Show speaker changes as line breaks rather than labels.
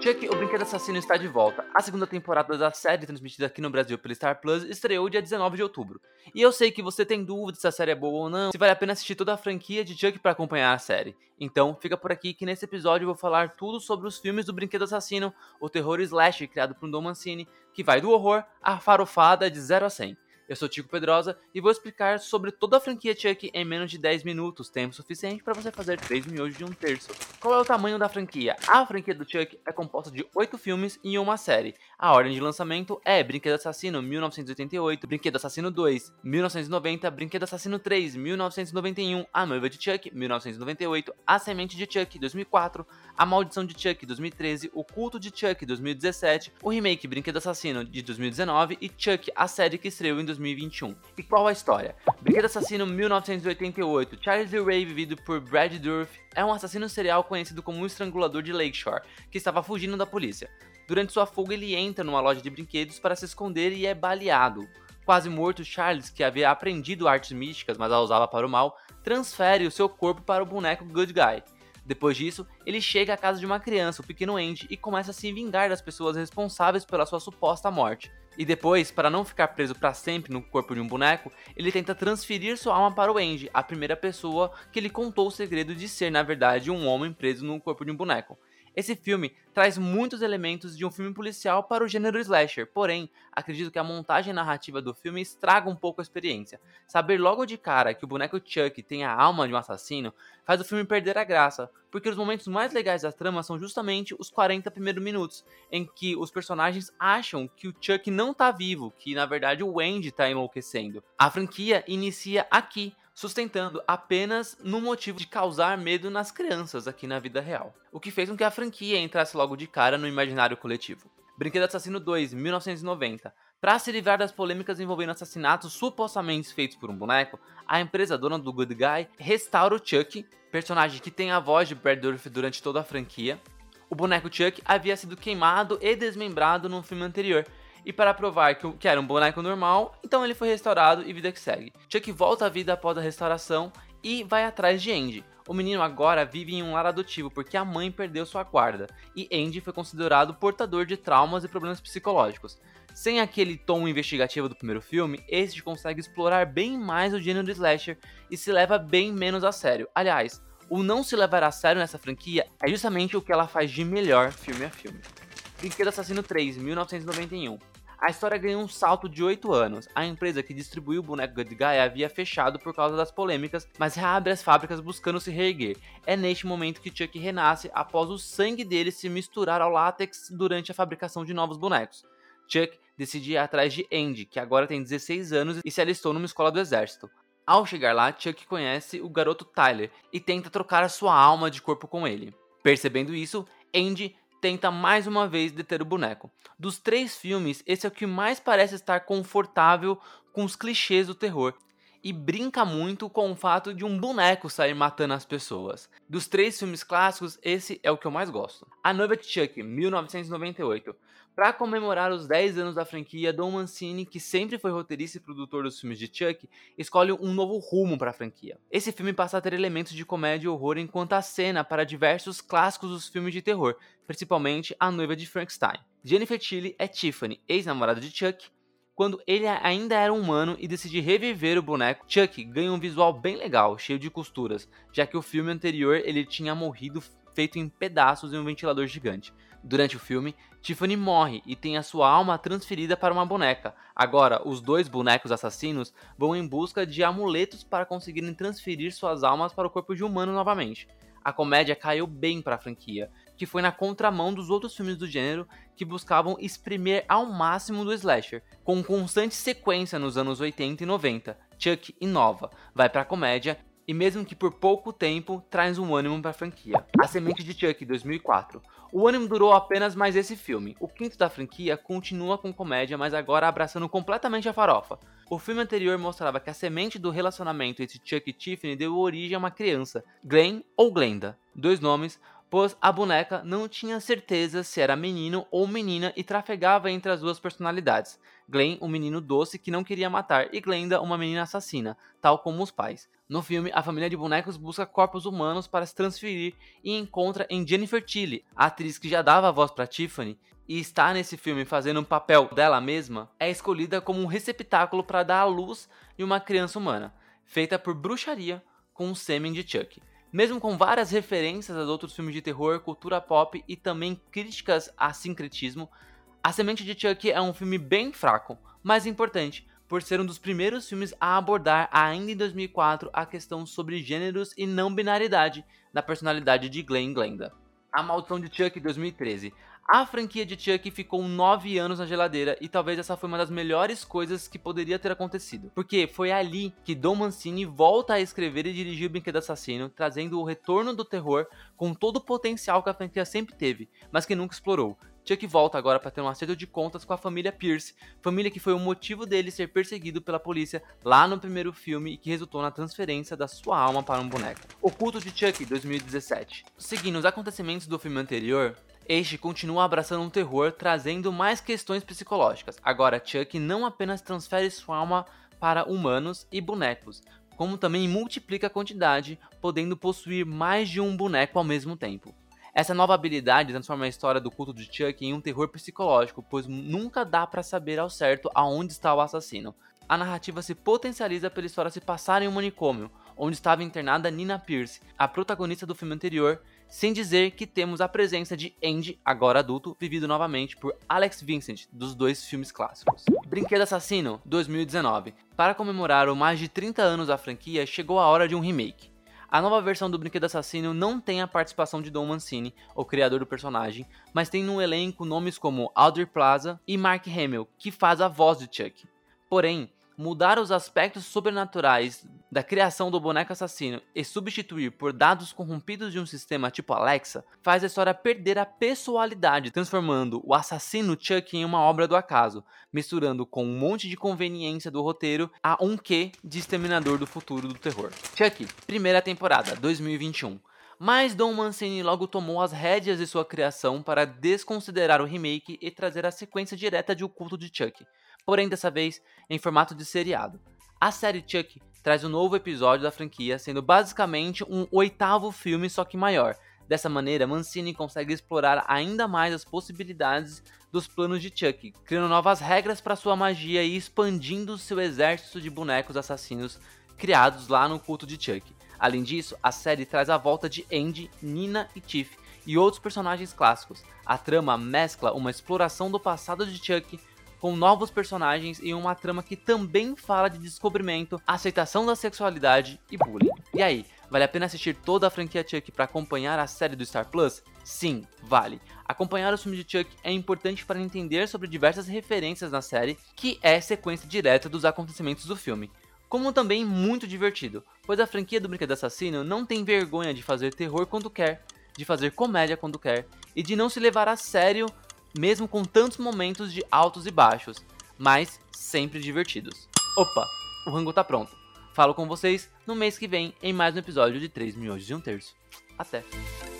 Chuck, o Brinquedo Assassino está de volta. A segunda temporada da série, transmitida aqui no Brasil pelo Star Plus, estreou dia 19 de outubro. E eu sei que você tem dúvida se a série é boa ou não, se vale a pena assistir toda a franquia de Chuck para acompanhar a série. Então, fica por aqui que nesse episódio eu vou falar tudo sobre os filmes do Brinquedo Assassino, o terror slasher criado por Don Mancini, que vai do horror à farofada de 0 a 100. Eu sou Tico Pedrosa e vou explicar sobre toda a franquia Chuck em menos de 10 minutos, tempo suficiente para você fazer 3 miojos de 1/3. Qual é o tamanho da franquia? A franquia do Chuck é composta de 8 filmes e uma série. A ordem de lançamento é Brinquedo Assassino 1988, Brinquedo Assassino 2, 1990, Brinquedo Assassino 3, 1991, A Noiva de Chuck, 1998, A Semente de Chuck, 2004, A Maldição de Chuck, 2013, O Culto de Chuck, 2017, o remake Brinquedo Assassino de 2019 e Chuck, a série que estreou em 2021. E qual a história? Brinquedo Assassino 1988, Charles Lee Ray, vivido por Brad Dourif, é um assassino serial conhecido como um estrangulador de Lakeshore, que estava fugindo da polícia. Durante sua fuga, ele entra numa loja de brinquedos para se esconder e é baleado. Quase morto, Charles, que havia aprendido artes místicas, mas a usava para o mal, transfere o seu corpo para o boneco Good Guy. Depois disso, ele chega à casa de uma criança, o pequeno Andy, e começa a se vingar das pessoas responsáveis pela sua suposta morte. E depois, para não ficar preso para sempre no corpo de um boneco, ele tenta transferir sua alma para o Andy, a primeira pessoa que lhe contou o segredo de ser, na verdade, um homem preso no corpo de um boneco. Esse filme traz muitos elementos de um filme policial para o gênero slasher, porém, acredito que a montagem narrativa do filme estraga um pouco a experiência. Saber logo de cara que o boneco Chuck tem a alma de um assassino faz o filme perder a graça, porque os momentos mais legais da trama são justamente os 40 primeiros minutos, em que os personagens acham que o Chuck não tá vivo, que na verdade o Andy tá enlouquecendo. A franquia inicia aqui, sustentando apenas no motivo de causar medo nas crianças aqui na vida real, o que fez com que a franquia entrasse logo de cara no imaginário coletivo. Brinquedo Assassino 2, 1990. Para se livrar das polêmicas envolvendo assassinatos supostamente feitos por um boneco, a empresa dona do Good Guy restaura o Chuck, personagem que tem a voz de Brad Dourif durante toda a franquia. O boneco Chuck havia sido queimado e desmembrado no filme anterior, e para provar que era um boneco normal, então ele foi restaurado e vida que segue. Chuck volta à vida após a restauração e vai atrás de Andy. O menino agora vive em um lar adotivo porque a mãe perdeu sua guarda, e Andy foi considerado portador de traumas e problemas psicológicos. Sem aquele tom investigativo do primeiro filme, este consegue explorar bem mais o gênero slasher e se leva bem menos a sério. Aliás, o não se levar a sério nessa franquia é justamente o que ela faz de melhor filme a filme. Brinquedo Assassino 3, 1991. A história ganhou um salto de 8 anos. A empresa que distribuiu o boneco Good Guy havia fechado por causa das polêmicas, mas reabre as fábricas buscando se reerguer. É neste momento que Chuck renasce após o sangue dele se misturar ao látex durante a fabricação de novos bonecos. Chuck decide ir atrás de Andy, que agora tem 16 anos e se alistou numa escola do exército. Ao chegar lá, Chuck conhece o garoto Tyler e tenta trocar a sua alma de corpo com ele. Percebendo isso, Andy tenta mais uma vez deter o boneco. Dos 3 filmes, esse é o que mais parece estar confortável com os clichês do terror, e brinca muito com o fato de um boneco sair matando as pessoas. Dos 3 filmes clássicos, esse é o que eu mais gosto. A Noiva de Chuck, 1998. Para comemorar os 10 anos da franquia, Don Mancini, que sempre foi roteirista e produtor dos filmes de Chuck, escolhe um novo rumo para a franquia. Esse filme passa a ter elementos de comédia e horror enquanto acena para diversos clássicos dos filmes de terror, principalmente A Noiva de Frankenstein. Jennifer Tilly é Tiffany, ex-namorada de Chuck. Quando ele ainda era humano e decide reviver o boneco, Chuck ganha um visual bem legal, cheio de costuras, já que o filme anterior ele tinha morrido feito em pedaços em um ventilador gigante. Durante o filme, Tiffany morre e tem a sua alma transferida para uma boneca. Agora, os 2 bonecos assassinos vão em busca de amuletos para conseguirem transferir suas almas para o corpo de um humano novamente. A comédia caiu bem para a franquia, que foi na contramão dos outros filmes do gênero que buscavam exprimir ao máximo do slasher, com constante sequência nos anos 80 e 90. Chuck inova, vai para a comédia e mesmo que por pouco tempo traz um ânimo para a franquia. A Semente de Chuck, 2004. O ânimo durou apenas mais esse filme. O quinto da franquia continua com comédia, mas agora abraçando completamente a farofa. O filme anterior mostrava que a semente do relacionamento entre Chuck e Tiffany deu origem a uma criança, Glenn ou Glenda, 2 nomes, pois a boneca não tinha certeza se era menino ou menina e trafegava entre as duas personalidades. Glenn, um menino doce que não queria matar, e Glenda, uma menina assassina, tal como os pais. No filme, a família de bonecos busca corpos humanos para se transferir e encontra em Jennifer Tilly, a atriz que já dava a voz para Tiffany, e está nesse filme fazendo um papel dela mesma, é escolhida como um receptáculo para dar à luz de uma criança humana, feita por bruxaria com o sêmen de Chuck. Mesmo com várias referências a outros filmes de terror, cultura pop e também críticas a sincretismo, A Semente de Chuck é um filme bem fraco, mas importante, por ser um dos primeiros filmes a abordar, ainda em 2004, a questão sobre gêneros e não binaridade da personalidade de Glenn e Glenda. A Maldição de Chuck, 2013. A franquia de Chuck ficou 9 anos na geladeira e talvez essa foi uma das melhores coisas que poderia ter acontecido. Porque foi ali que Don Mancini volta a escrever e dirigir o Brinquedo Assassino, trazendo o retorno do terror com todo o potencial que a franquia sempre teve, mas que nunca explorou. Chuck volta agora para ter um acerto de contas com a família Pierce, família que foi o motivo dele ser perseguido pela polícia lá no primeiro filme e que resultou na transferência da sua alma para um boneco. O Culto de Chuck, 2017. Seguindo os acontecimentos do filme anterior, este continua abraçando um terror, trazendo mais questões psicológicas. Agora, Chuck não apenas transfere sua alma para humanos e bonecos, como também multiplica a quantidade, podendo possuir mais de um boneco ao mesmo tempo. Essa nova habilidade transforma a história do culto de Chuck em um terror psicológico, pois nunca dá pra saber ao certo aonde está o assassino. A narrativa se potencializa pela história se passar em um manicômio, onde estava internada Nina Pierce, a protagonista do filme anterior, sem dizer que temos a presença de Andy, agora adulto, vivido novamente por Alex Vincent, dos dois filmes clássicos. Brinquedo Assassino, 2019. Para comemorar os mais de 30 anos da franquia, chegou a hora de um remake. A nova versão do Brinquedo Assassino não tem a participação de Don Mancini, o criador do personagem, mas tem no elenco nomes como Aubrey Plaza e Mark Hamill, que faz a voz de Chuck. Porém, mudar os aspectos sobrenaturais da criação do boneco assassino e substituir por dados corrompidos de um sistema tipo Alexa faz a história perder a pessoalidade, transformando o assassino Chuck em uma obra do acaso, misturando com um monte de conveniência do roteiro a um quê de Exterminador do Futuro do terror. Chuck, primeira temporada, 2021. Mas Don Mancini logo tomou as rédeas de sua criação para desconsiderar o remake e trazer a sequência direta de O Culto de Chuck, porém dessa vez em formato de seriado. A série Chuck traz um novo episódio da franquia, sendo basicamente um 8º filme, só que maior. Dessa maneira, Mancini consegue explorar ainda mais as possibilidades dos planos de Chuck, criando novas regras para sua magia e expandindo seu exército de bonecos assassinos criados lá no Culto de Chuck. Além disso, a série traz a volta de Andy, Nina e Tiff e outros personagens clássicos. A trama mescla uma exploração do passado de Chuck com novos personagens e uma trama que também fala de descobrimento, aceitação da sexualidade e bullying. E aí, vale a pena assistir toda a franquia Chuck para acompanhar a série do Star Plus? Sim, vale. Acompanhar o filme de Chuck é importante para entender sobre diversas referências na série, que é sequência direta dos acontecimentos do filme. Como também muito divertido, pois a franquia do Brinquedo Assassino não tem vergonha de fazer terror quando quer, de fazer comédia quando quer, e de não se levar a sério mesmo com tantos momentos de altos e baixos, mas sempre divertidos. Opa, o rango tá pronto. Falo com vocês no mês que vem em mais um episódio de 3 Miojos e um Terço. Até!